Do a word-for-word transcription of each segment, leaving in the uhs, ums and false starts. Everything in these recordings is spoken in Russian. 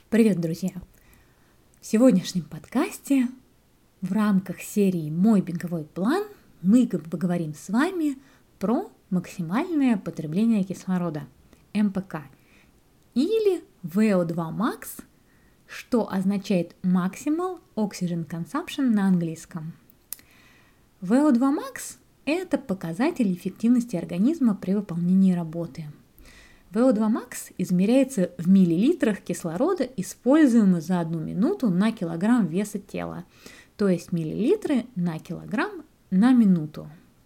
Привет, друзья! В сегодняшнем подкасте в рамках серии «Мой беговой план» мы поговорим с вами про максимальное потребление кислорода, эм пэ ка, или вэ о два макс, что означает Maximal Oxygen Consumption на английском. вэ о два макс – это показатель эффективности организма при выполнении работы. вэ о два макс измеряется в миллилитрах кислорода, используемого за одну минуту на килограмм веса тела, то есть миллилитры на килограмм на минуту.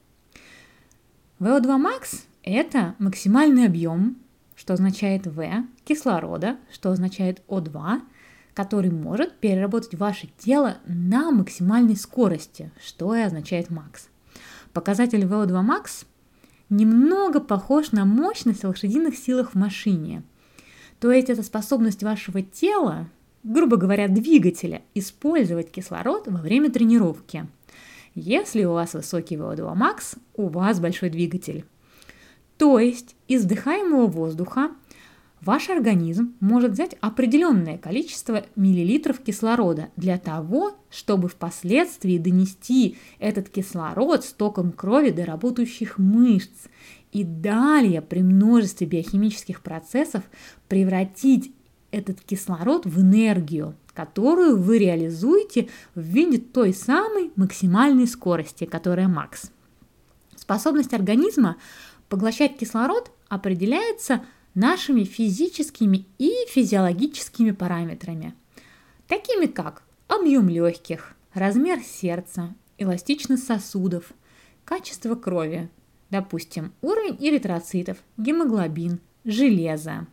вэ о два макс – это максимальный объем, что означает В, кислорода, что означает о два, который может переработать ваше тело на максимальной скорости, что и означает макс. Показатель вэ о два макс немного похож на мощность лошадиных сил в машине. То есть это способность вашего тела, грубо говоря, двигателя, использовать кислород во время тренировки. Если у вас высокий вэ о два макс, у вас большой двигатель. То есть из вдыхаемого воздуха ваш организм может взять определенное количество миллилитров кислорода для того, чтобы впоследствии донести этот кислород с током крови до работающих мышц и далее при множестве биохимических процессов превратить этот кислород в энергию, которую вы реализуете в виде той самой максимальной скорости, которая макс. Способность организма поглощать кислород определяется нашими физическими и физиологическими параметрами, такими как объем легких, размер сердца, эластичность сосудов, качество крови, допустим, уровень эритроцитов, гемоглобин, железо.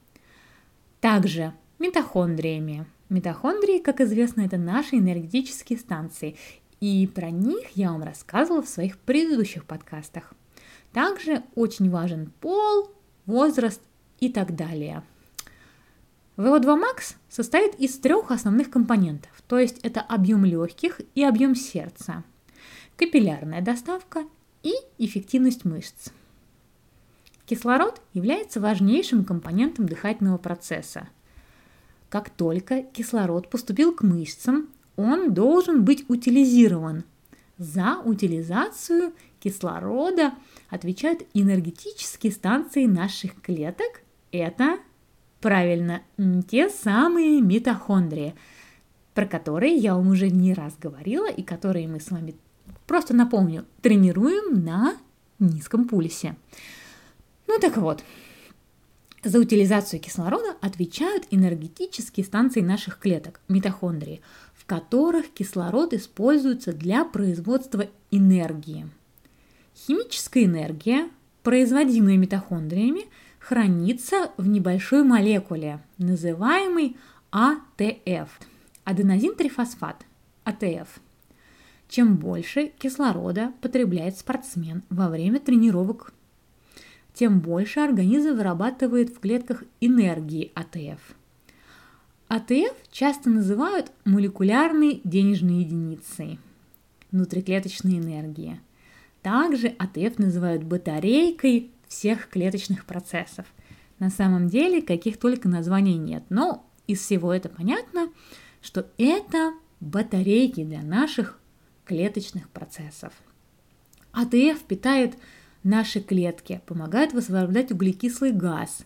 Также митохондриями. Митохондрии, как известно, это наши энергетические станции, и про них я вам рассказывала в своих предыдущих подкастах. Также очень важен пол, возраст и так далее. вэ о два макс состоит из трех основных компонентов, то есть это объем легких и объем сердца, капиллярная доставка и эффективность мышц. Кислород является важнейшим компонентом дыхательного процесса. Как только кислород поступил к мышцам, он должен быть утилизирован. За утилизацию кислорода отвечают энергетические станции наших клеток. Это, правильно, те самые митохондрии, про которые я вам уже не раз говорила и которые мы с вами, просто напомню, тренируем на низком пульсе. Ну так вот, за утилизацию кислорода отвечают энергетические станции наших клеток, митохондрии, в которых кислород используется для производства энергии. Химическая энергия, производимая митохондриями, хранится в небольшой молекуле, называемой а тэ эф – аденозин-трифосфат, а тэ эф. Чем больше кислорода потребляет спортсмен во время тренировок, тем больше организм вырабатывает в клетках энергии а тэ эф. а тэ эф часто называют молекулярной денежной единицей внутриклеточной энергии. Также а тэ эф называют батарейкой всех клеточных процессов. На самом деле, каких только названий нет, но из всего это понятно, что это батарейки для наших клеточных процессов. а тэ эф питает наши клетки, помогает высвобождать углекислый газ.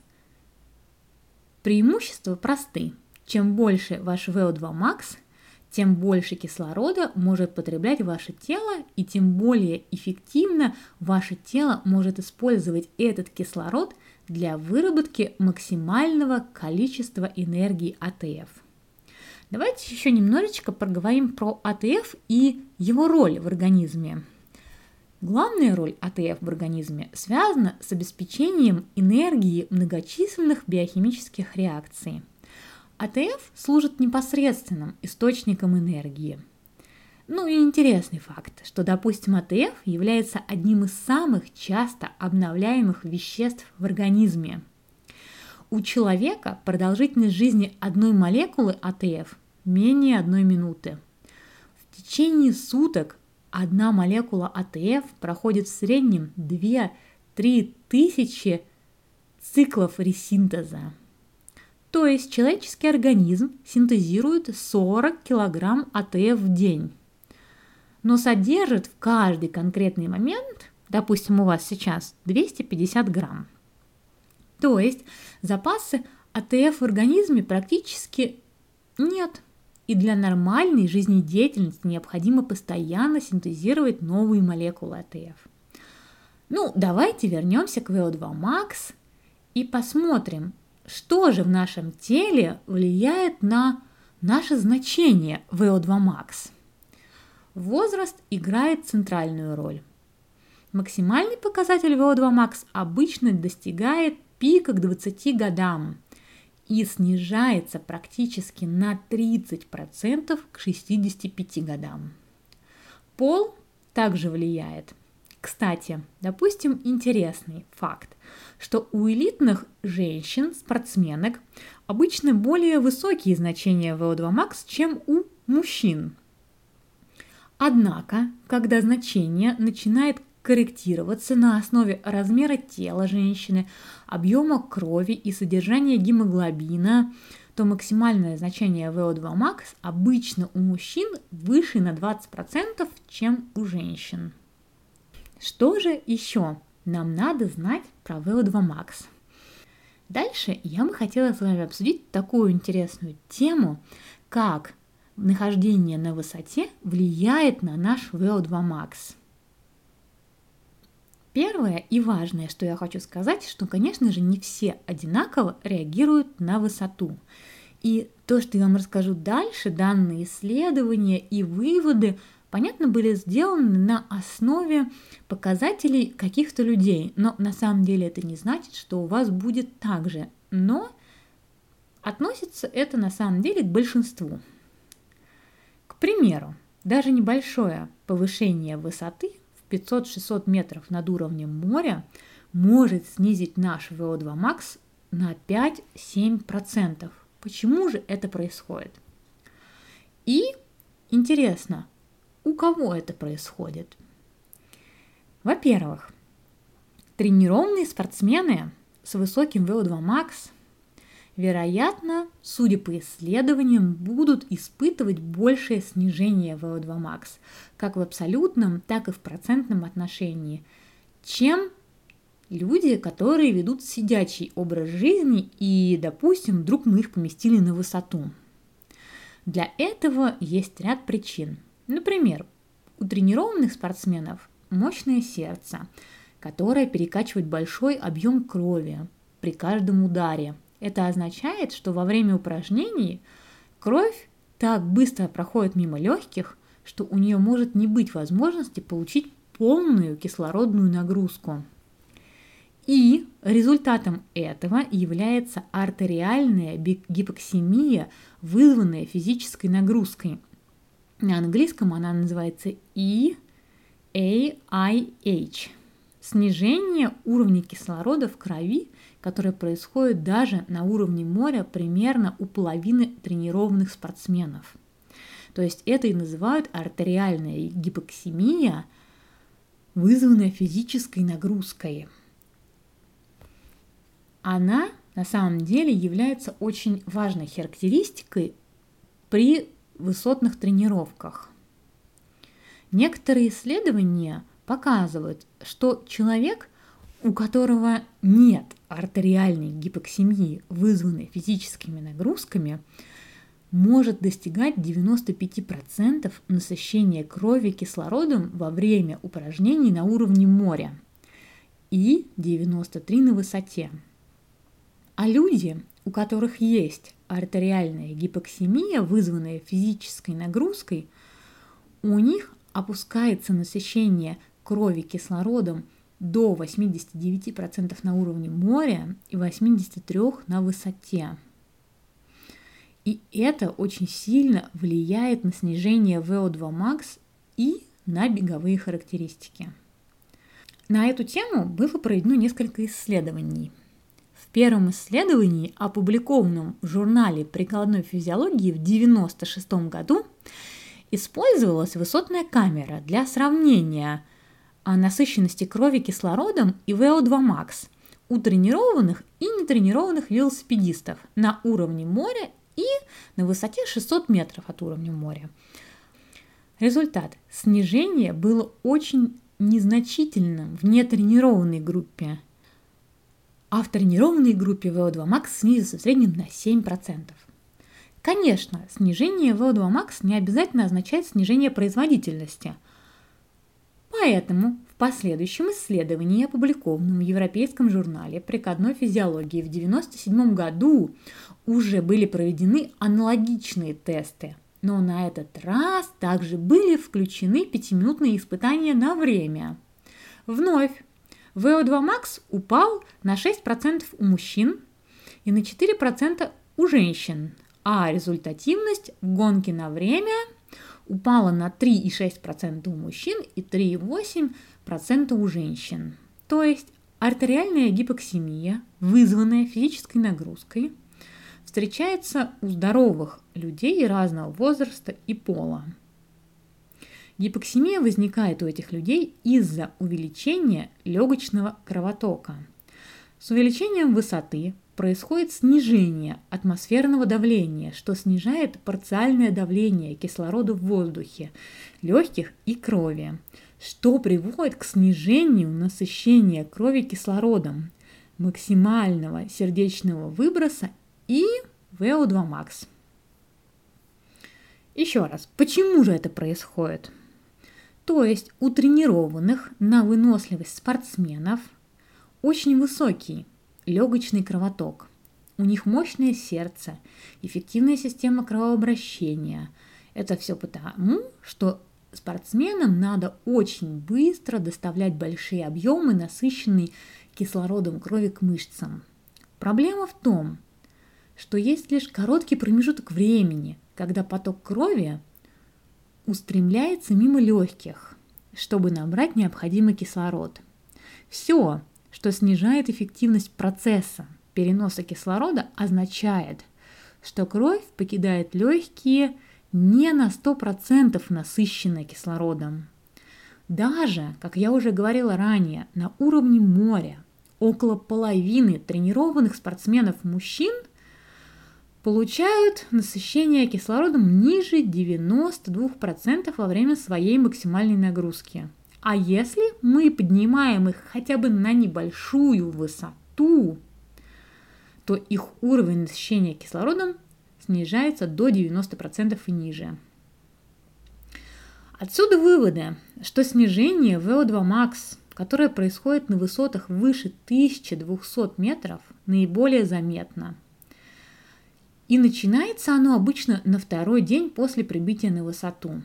Преимущества просты. Чем больше ваш вэ о два макс, тем больше кислорода может потреблять ваше тело, и тем более эффективно ваше тело может использовать этот кислород для выработки максимального количества энергии а тэ эф. Давайте еще немножечко поговорим про а тэ эф и его роль в организме. Главная роль а тэ эф в организме связана с обеспечением энергии многочисленных биохимических реакций. а тэ эф служит непосредственным источником энергии. Ну и интересный факт, что, допустим, а тэ эф является одним из самых часто обновляемых веществ в организме. У человека продолжительность жизни одной молекулы а тэ эф менее одной минуты. В течение суток одна молекула а тэ эф проходит в среднем две-три тысячи циклов ресинтеза. То есть человеческий организм синтезирует сорок килограмм А Т Ф в день, но содержит в каждый конкретный момент, допустим, у вас сейчас двести пятьдесят грамм. То есть запасы А Т Ф в организме практически нет. И для нормальной жизнедеятельности необходимо постоянно синтезировать новые молекулы А Т Ф. Ну, давайте вернемся к В О два Макс и посмотрим, что же в нашем теле влияет на наше значение В О два Макс. Возраст играет центральную роль. Максимальный показатель В О два Макс обычно достигает пика к двадцати годам и снижается практически на тридцать процентов к шестидесяти пяти годам. Пол также влияет. Кстати, допустим, интересный факт, что у элитных женщин, спортсменок, обычно более высокие значения В О два Макс, чем у мужчин. Однако, когда значение начинает корректироваться на основе размера тела женщины, объема крови и содержания гемоглобина, то максимальное значение В О два Макс обычно у мужчин выше на двадцать процентов, чем у женщин. Что же еще нам надо знать про В О два Макс? Дальше я бы хотела с вами обсудить такую интересную тему, как нахождение на высоте влияет на наш В О два Макс. Первое и важное, что я хочу сказать, что, конечно же, не все одинаково реагируют на высоту. И то, что я вам расскажу дальше, данные исследования и выводы, понятно, были сделаны на основе показателей каких-то людей. Но на самом деле это не значит, что у вас будет так же. Но относится это на самом деле к большинству. К примеру, даже небольшое повышение высоты пятьсот-шестьсот метров над уровнем моря может снизить наш В О два Макс на пять-семь процентов. Почему же это происходит? И интересно, у кого это происходит? Во-первых, тренированные спортсмены с высоким В О два Макс, вероятно, судя по исследованиям, будут испытывать большее снижение В О два Макс, как в абсолютном, так и в процентном отношении, чем люди, которые ведут сидячий образ жизни и, допустим, вдруг мы их поместили на высоту. Для этого есть ряд причин. Например, у тренированных спортсменов мощное сердце, которое перекачивает большой объем крови при каждом ударе. Это означает, что во время упражнений кровь так быстро проходит мимо легких, что у нее может не быть возможности получить полную кислородную нагрузку. И результатом этого является артериальная гипоксемия, вызванная физической нагрузкой. На английском она называется И А I H. Снижение уровня кислорода в крови, которое происходит даже на уровне моря примерно у половины тренированных спортсменов. То есть это и называют артериальная гипоксемия, вызванная физической нагрузкой. Она на самом деле является очень важной характеристикой при высотных тренировках. Некоторые исследования показывают, что человек, у которого нет артериальной гипоксемии, вызванной физическими нагрузками, может достигать девяносто пять процентов насыщения крови кислородом во время упражнений на уровне моря и девяносто три процента на высоте. А люди, у которых есть артериальная гипоксемия, вызванная физической нагрузкой, у них опускается насыщение крови кислородом до восемьдесят девять процентов на уровне моря и восемьдесят три процента на высоте. И это очень сильно влияет на снижение В О два Макс и на беговые характеристики. На эту тему было проведено несколько исследований. В первом исследовании, опубликованном в журнале прикладной физиологии в девяносто шестом году, использовалась высотная камера для сравнения насыщенности крови кислородом и В О два Макс у тренированных и нетренированных велосипедистов на уровне моря и на высоте шестьсот метров от уровня моря. Результат. Снижение было очень незначительным в нетренированной группе, а в тренированной группе ви о два макс снизился в среднем на семь процентов. Конечно, снижение ви о два макс не обязательно означает снижение производительности. Поэтому в последующем исследовании, опубликованном в Европейском журнале прикладной физиологии в девяносто седьмом году, уже были проведены аналогичные тесты, но на этот раз также были включены пятиминутные испытания на время. Вновь ви о два макс упал на шесть процентов у мужчин и на четыре процента у женщин, а результативность в гонке на время упала на три целых шесть десятых процента у мужчин и три целых восемь десятых процента у женщин. То есть артериальная гипоксемия, вызванная физической нагрузкой, встречается у здоровых людей разного возраста и пола. Гипоксемия возникает у этих людей из-за увеличения легочного кровотока. С увеличением высоты происходит снижение атмосферного давления, что снижает парциальное давление кислорода в воздухе, легких и крови, что приводит к снижению насыщения крови кислородом, максимального сердечного выброса и ви о два макс. Еще раз, почему же это происходит? То есть у тренированных на выносливость спортсменов очень высокий легочный кровоток. У них мощное сердце, эффективная система кровообращения. Это все потому, что спортсменам надо очень быстро доставлять большие объемы насыщенной кислородом крови к мышцам. Проблема в том, что есть лишь короткий промежуток времени, когда поток крови устремляется мимо легких, чтобы набрать необходимый кислород. Все, что снижает эффективность процесса переноса кислорода, означает, что кровь покидает легкие не на сто процентов насыщенная кислородом. Даже, как я уже говорила ранее, на уровне моря около половины тренированных спортсменов-мужчин получают насыщение кислородом ниже девяноста двух процентов во время своей максимальной нагрузки. А если мы поднимаем их хотя бы на небольшую высоту, то их уровень насыщения кислородом снижается до девяноста процентов и ниже. Отсюда выводы, что снижение ви о два макс, которое происходит на высотах выше тысячи двухсот метров, наиболее заметно. И начинается оно обычно на второй день после прибытия на высоту.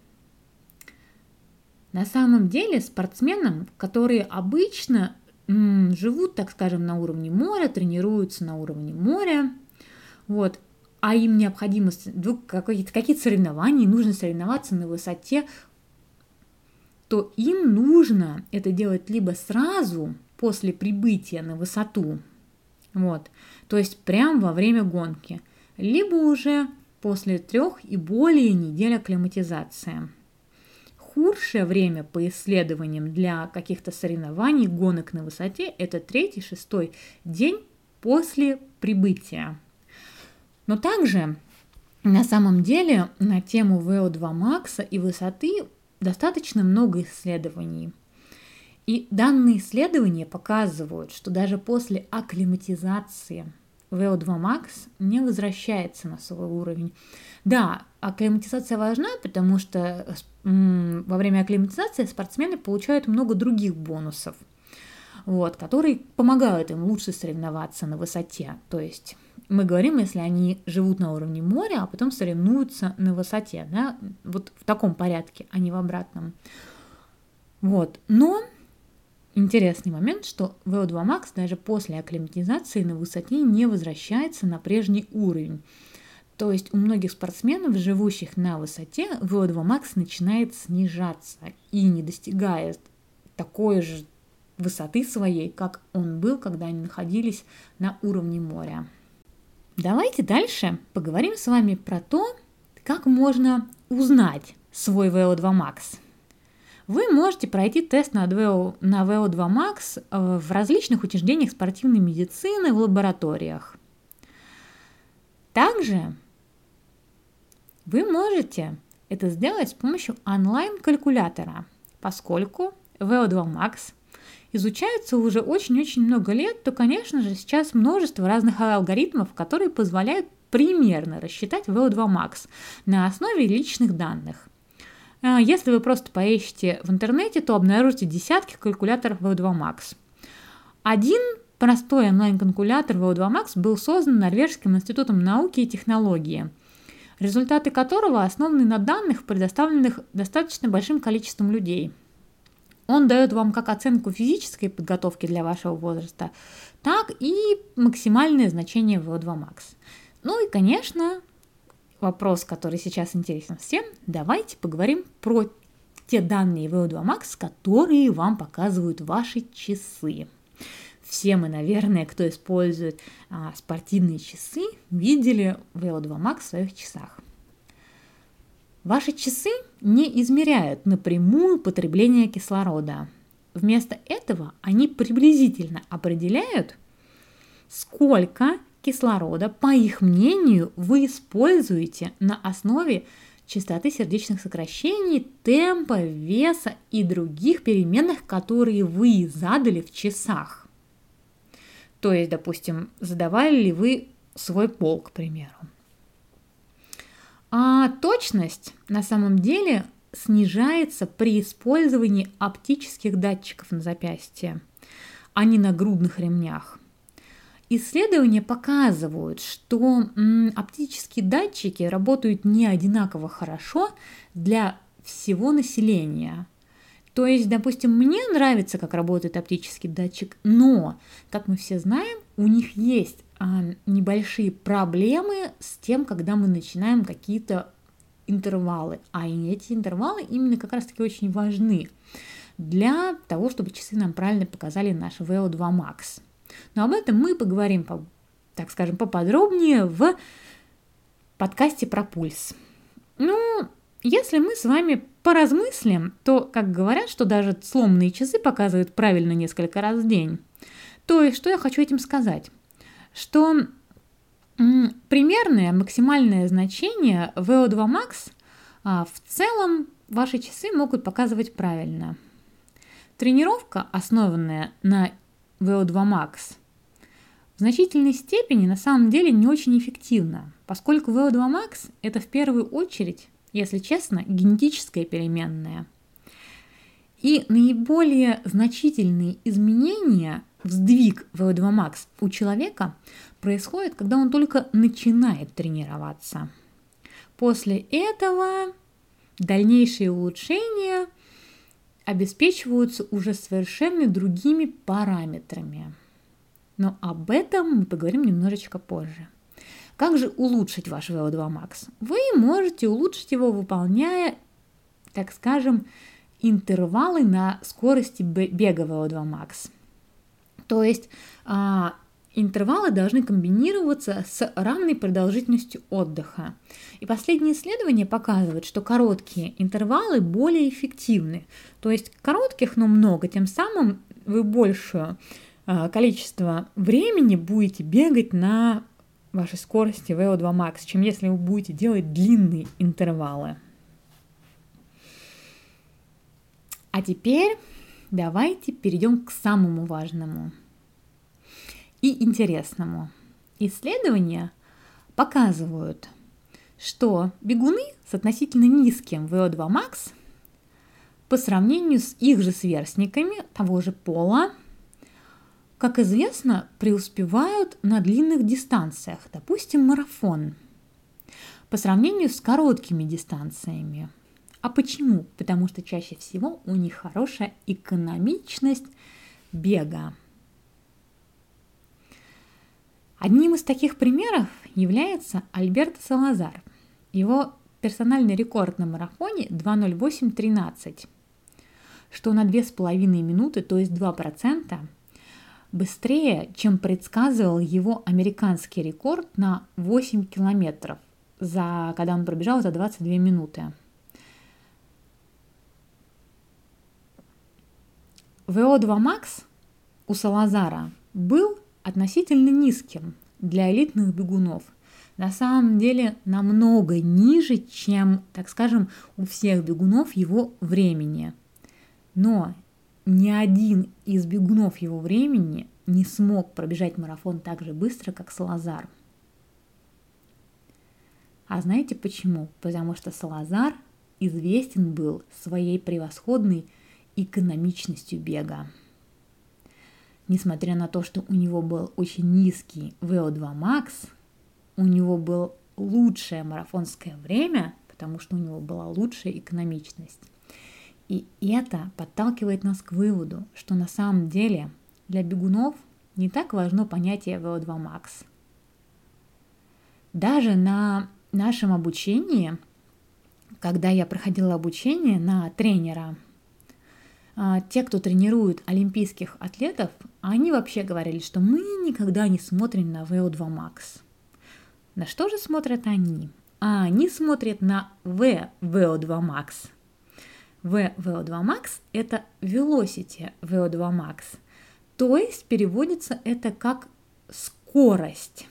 На самом деле спортсменам, которые обычно м, живут, так скажем, на уровне моря, тренируются на уровне моря, вот, а им необходимо какие-то, какие-то соревнования, нужно соревноваться на высоте, то им нужно это делать либо сразу после прибытия на высоту, вот, то есть прямо во время гонки, либо уже после трех и более недель акклиматизации. Худшее время по исследованиям для каких-то соревнований, гонок на высоте – это третий-шестой день после прибытия. Но также на самом деле на тему ви о два макса и высоты достаточно много исследований. И данные исследования показывают, что даже после акклиматизации ви о два макс не возвращается на свой уровень. Да, акклиматизация важна, потому что м, во время акклиматизации спортсмены получают много других бонусов, вот, которые помогают им лучше соревноваться на высоте. То есть мы говорим, если они живут на уровне моря, а потом соревнуются на высоте, да, вот в таком порядке, а не в обратном. Вот, но интересный момент, что ви о два макс даже после акклиматизации на высоте не возвращается на прежний уровень. То есть у многих спортсменов, живущих на высоте, ви о два макс начинает снижаться и не достигает такой же высоты своей, как он был, когда они находились на уровне моря. Давайте дальше поговорим с вами про то, как можно узнать свой ви о два макс. вы можете пройти тест на ви о два макс в различных учреждениях спортивной медицины в лабораториях. Также вы можете это сделать с помощью онлайн-калькулятора, поскольку ви о два макс изучается уже очень-очень много лет, то, конечно же, сейчас множество разных алгоритмов, которые позволяют примерно рассчитать ви о два макс на основе личных данных. Если вы просто поищете в интернете, то обнаружите десятки калькуляторов ви о два макс. Один простой онлайн-калькулятор ви о два макс был создан Норвежским институтом науки и технологии, результаты которого основаны на данных, предоставленных достаточно большим количеством людей. Он дает вам как оценку физической подготовки для вашего возраста, так и максимальное значение ви о два макс. Ну и, конечно, вопрос, который сейчас интересен всем, давайте поговорим про те данные ви о два макс, которые вам показывают ваши часы. Все мы, наверное, кто использует а, спортивные часы, видели ви о два макс в своих часах. Ваши часы не измеряют напрямую потребление кислорода. Вместо этого они приблизительно определяют, сколько кислорода, по их мнению, вы используете на основе частоты сердечных сокращений, темпа, веса и других переменных, которые вы задали в часах. То есть, допустим, задавали ли вы свой пол, к примеру. А точность на самом деле снижается при использовании оптических датчиков на запястье, а не на грудных ремнях. Исследования показывают, что м, оптические датчики работают не одинаково хорошо для всего населения. То есть, допустим, мне нравится, как работает оптический датчик, но, как мы все знаем, у них есть а, небольшие проблемы с тем, когда мы начинаем какие-то интервалы. А эти интервалы именно как раз-таки очень важны для того, чтобы часы нам правильно показали наш ви о два макс. Но об этом мы поговорим, по, так скажем, поподробнее в подкасте про пульс. Ну, если мы с вами поразмыслим, то, как говорят, что даже сломанные часы показывают правильно несколько раз в день. То есть, что я хочу этим сказать? Что м, примерное максимальное значение ви о два макс а, в целом ваши часы могут показывать правильно. Тренировка, основанная на ви о два макс, в значительной степени на самом деле не очень эффективна, поскольку ви о два макс – это в первую очередь, если честно, генетическая переменная. И наиболее значительные изменения в сдвиг ви о два макс у человека происходят, когда он только начинает тренироваться. После этого дальнейшие улучшения обеспечиваются уже совершенно другими параметрами. Но об этом мы поговорим немножечко позже. Как же улучшить ваш ви о два макс? Вы можете улучшить его, выполняя, так скажем, интервалы на скорости бега ви о два макс. То есть а, интервалы должны комбинироваться с равной продолжительностью отдыха. И последние исследования показывают, что короткие интервалы более эффективны. То есть коротких, но много, тем самым вы большее а, количество времени будете бегать на вашей скорости ви о два макс, чем если вы будете делать длинные интервалы. А теперь давайте перейдем к самому важному и интересному. Исследования показывают, что бегуны с относительно низким ви о два макс по сравнению с их же сверстниками того же пола, как известно, преуспевают на длинных дистанциях, допустим, марафон, по сравнению с короткими дистанциями. А почему? Потому что чаще всего у них хорошая экономичность бега. Одним из таких примеров является Альберто Салазар. Его персональный рекорд на марафоне два ноль восемь тринадцать, что на две с половиной минуты, то есть два процента, быстрее, чем предсказывал его американский рекорд на восемь километров, за, когда он пробежал за двадцать две минуты. ви о два макс у Салазара был относительно низким для элитных бегунов. На самом деле намного ниже, чем, так скажем, у всех бегунов его времени. Но ни один из бегунов его времени не смог пробежать марафон так же быстро, как Салазар. А знаете почему? Потому что Салазар известен был своей превосходной экономичностью бега. Несмотря на то, что у него был очень низкий ви о два макс, у него было лучшее марафонское время, потому что у него была лучшая экономичность. И это подталкивает нас к выводу, что на самом деле для бегунов не так важно понятие ви о два макс. Даже на нашем обучении, когда я проходила обучение на тренера, те, кто тренирует олимпийских атлетов, они вообще говорили, что мы никогда не смотрим на ви о два макс. На что же смотрят они? А они смотрят на V ви о два макс. V ви о два макс – это Velocity ви о два макс, то есть переводится это как скорость.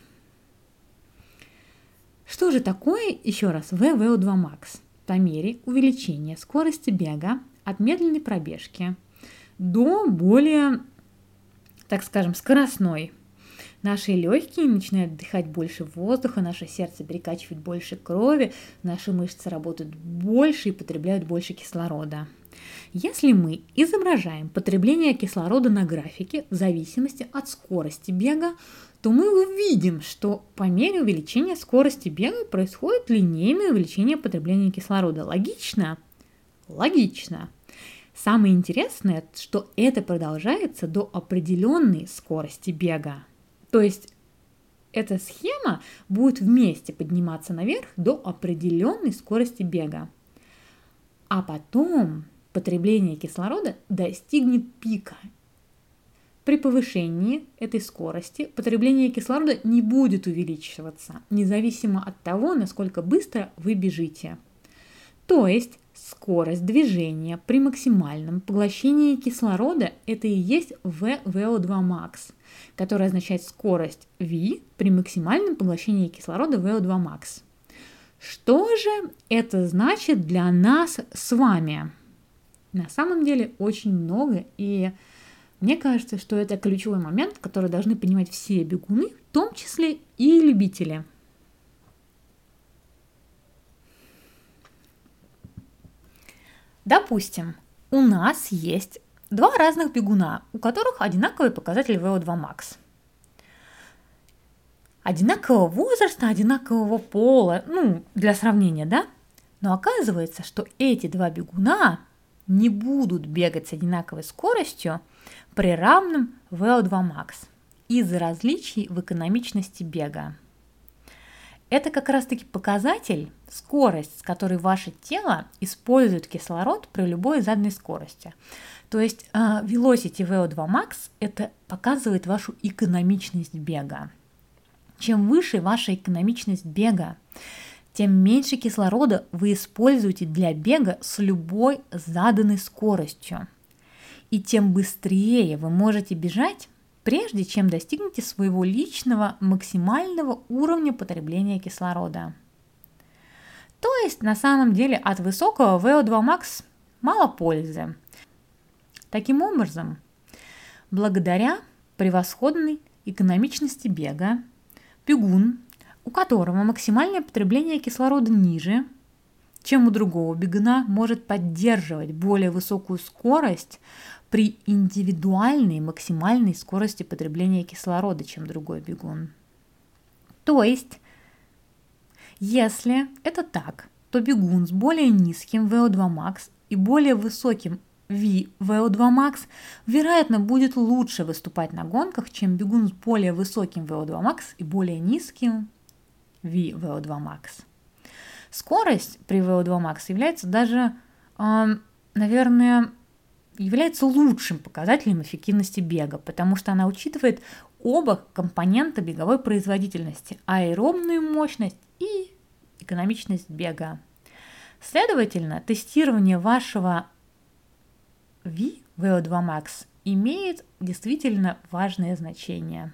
Что же такое, еще раз, V ви о два макс? По мере увеличения скорости бега от медленной пробежки до более, так скажем, скоростной. Наши легкие начинают вдыхать больше воздуха, наше сердце перекачивает больше крови, наши мышцы работают больше и потребляют больше кислорода. Если мы изображаем потребление кислорода на графике в зависимости от скорости бега, то мы увидим, что по мере увеличения скорости бега происходит линейное увеличение потребления кислорода. Логично? Логично. Самое интересное, что это продолжается до определенной скорости бега. То есть эта схема будет вместе подниматься наверх до определенной скорости бега. А потом потребление кислорода достигнет пика. При повышении этой скорости потребление кислорода не будет увеличиваться, независимо от того, насколько быстро вы бежите. То есть скорость движения при максимальном поглощении кислорода – это и есть V ви о два макс, которая означает скорость V при максимальном поглощении кислорода ви о два макс. Что же это значит для нас с вами? На самом деле очень много, и мне кажется, что это ключевой момент, который должны понимать все бегуны, в том числе и любители. Допустим, у нас есть два разных бегуна, у которых одинаковый показатель ви о два макс. Одинакового возраста, одинакового пола, ну, для сравнения, да? Но оказывается, что эти два бегуна не будут бегать с одинаковой скоростью при равном ви о два макс из-за различий в экономичности бега. Это как раз-таки показатель, скорость, с которой ваше тело использует кислород при любой заданной скорости. То есть Velocity ви о два макс это показывает вашу экономичность бега. Чем выше ваша экономичность бега, тем меньше кислорода вы используете для бега с любой заданной скоростью. И тем быстрее вы можете бежать, прежде чем достигнете своего личного максимального уровня потребления кислорода. То есть на самом деле от высокого ви о два макс мало пользы. Таким образом, благодаря превосходной экономичности бега, бегун, у которого максимальное потребление кислорода ниже, чем у другого бегуна, может поддерживать более высокую скорость при индивидуальной максимальной скорости потребления кислорода, чем другой бегун. То есть, если это так, то бегун с более низким ви о два макс и более высоким ви о два макс, вероятно, будет лучше выступать на гонках, чем бегун с более высоким ви о два макс и более низким ви о два макс. Скорость при ви о два макс является даже, э, наверное, является лучшим показателем эффективности бега, потому что она учитывает оба компонента беговой производительности – аэробную мощность и экономичность бега. Следовательно, тестирование вашего ви ви о два макс имеет действительно важное значение.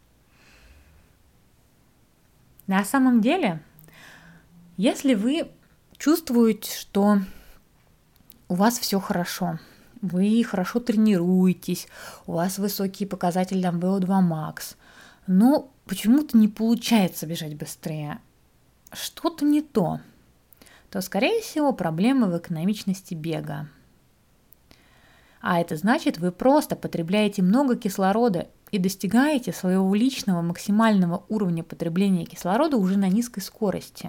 На самом деле, если вы чувствуете, что у вас все хорошо, вы хорошо тренируетесь, у вас высокие показатели там ви о два макс, но почему-то не получается бежать быстрее, что-то не то, то, скорее всего, проблема в экономичности бега. А это значит, вы просто потребляете много кислорода и достигаете своего личного максимального уровня потребления кислорода уже на низкой скорости.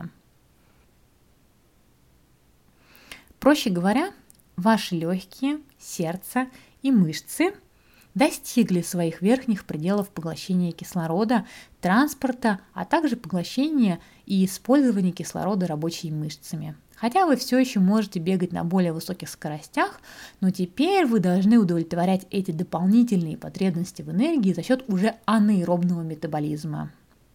Проще говоря, ваши легкие, сердце и мышцы достигли своих верхних пределов поглощения кислорода, транспорта, а также поглощения и использования кислорода рабочими мышцами. Хотя вы все еще можете бегать на более высоких скоростях, но теперь вы должны удовлетворять эти дополнительные потребности в энергии за счет уже анаэробного метаболизма.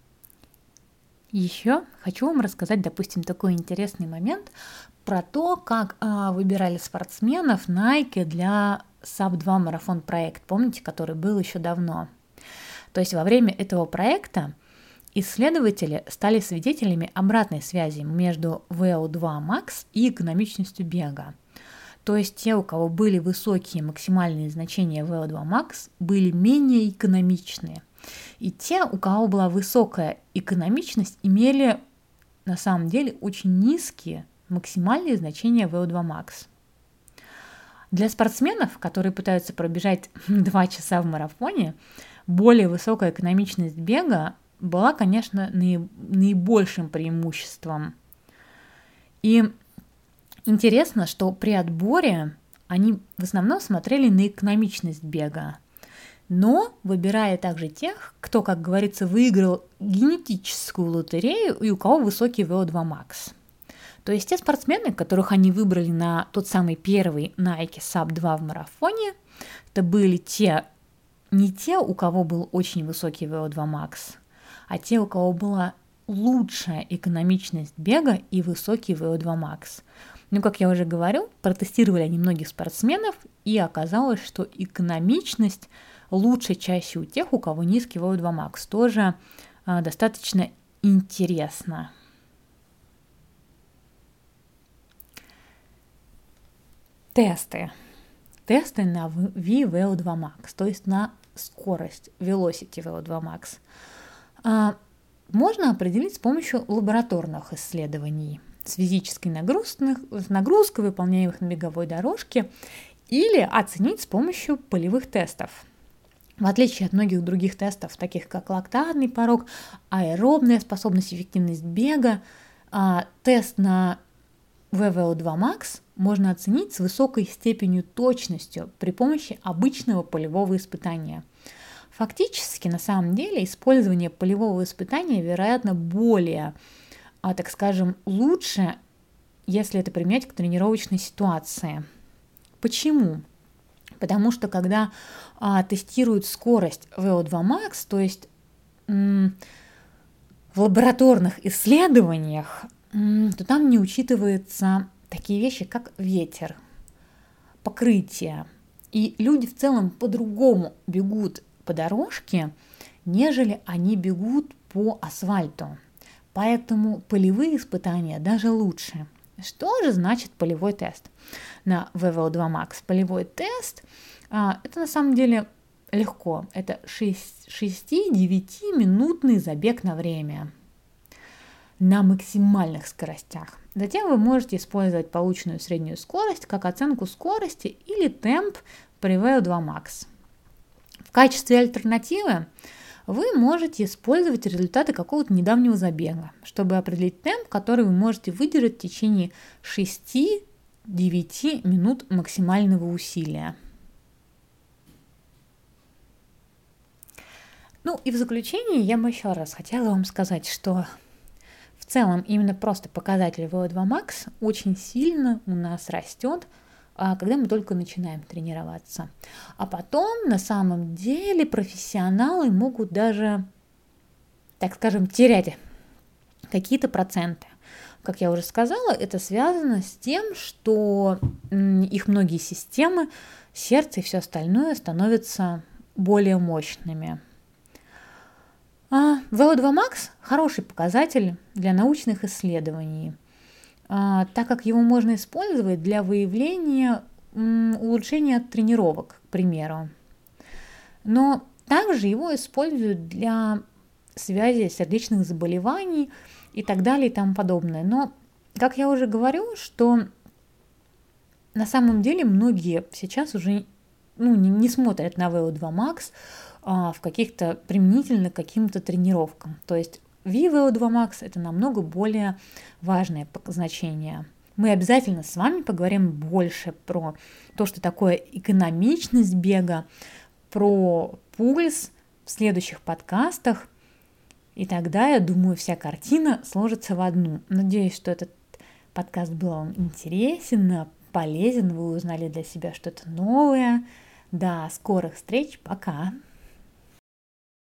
Еще хочу вам рассказать, допустим, такой интересный момент про то, как а, выбирали спортсменов Nike для саб два марафон проект, помните, который был еще давно. То есть во время этого проекта исследователи стали свидетелями обратной связи между ви о два макс и экономичностью бега. То есть те, у кого были высокие максимальные значения ви о два макс, были менее экономичные. И те, у кого была высокая экономичность, имели на самом деле очень низкие максимальные значения ви о два макс. Для спортсменов, которые пытаются пробежать два часа в марафоне, более высокая экономичность бега была, конечно, наибольшим преимуществом. И интересно, что при отборе они в основном смотрели на экономичность бега, но выбирая также тех, кто, как говорится, выиграл генетическую лотерею и у кого высокий ви о два макс. То есть те спортсмены, которых они выбрали на тот самый первый Nike саб два в марафоне, это были те, не те, у кого был очень высокий ви о два макс, а те, у кого была лучшая экономичность бега и высокий ви о два макс. Ну, как я уже говорю, протестировали они многих спортсменов, и оказалось, что экономичность лучше чаще у тех, у кого низкий ви о два макс. Тоже а, достаточно интересно. Тесты. Тесты на ви ви о два макс, то есть на скорость, velocity ви о два макс. Можно определить с помощью лабораторных исследований с физической нагрузкой, с нагрузкой, выполняемых на беговой дорожке, или оценить с помощью полевых тестов. В отличие от многих других тестов, таких как лактатный порог, аэробная способность, эффективность бега, тест на ви ви о два макс можно оценить с высокой степенью точностью при помощи обычного полевого испытания. Фактически, на самом деле, использование полевого испытания, вероятно, более, а, так скажем, лучше, если это применять к тренировочной ситуации. Почему? Потому что когда а, тестируют скорость ви о два макс, то есть м- в лабораторных исследованиях, м- то там не учитываются такие вещи, как ветер, покрытие. И люди в целом по-другому бегут по дорожке, нежели они бегут по асфальту. Поэтому полевые испытания даже лучше. Что же значит полевой тест на ви ви о два макс? Полевой тест а, это на самом деле легко. Это шесть-девять минутный забег на время на максимальных скоростях. Затем вы можете использовать полученную среднюю скорость как оценку скорости или темп при ви о два макс. В качестве альтернативы вы можете использовать результаты какого-то недавнего забега, чтобы определить темп, который вы можете выдержать в течение шесть-девять минут максимального усилия. Ну и в заключение я бы еще раз хотела вам сказать, что в целом именно просто показатель ви о два макс очень сильно у нас растет, когда мы только начинаем тренироваться. А потом, на самом деле, профессионалы могут даже, так скажем, терять какие-то проценты. Как я уже сказала, это связано с тем, что их многие системы, сердце и все остальное становятся более мощными. А вэ о два макс хороший показатель для научных исследований, так как его можно использовать для выявления улучшения тренировок, к примеру. Но также его используют для связи сердечных заболеваний и так далее и тому подобное. Но, как я уже говорю, что на самом деле многие сейчас уже ну, не, не смотрят на вэ о два макс а, в каких-то применительно к каким-то тренировкам. То есть ви вэ о два макс это намного более важное значение. Мы обязательно с вами поговорим больше про то, что такое экономичность бега, про пульс в следующих подкастах. И тогда, я думаю, вся картина сложится в одну. Надеюсь, что этот подкаст был вам интересен, полезен, вы узнали для себя что-то новое. До скорых встреч, пока!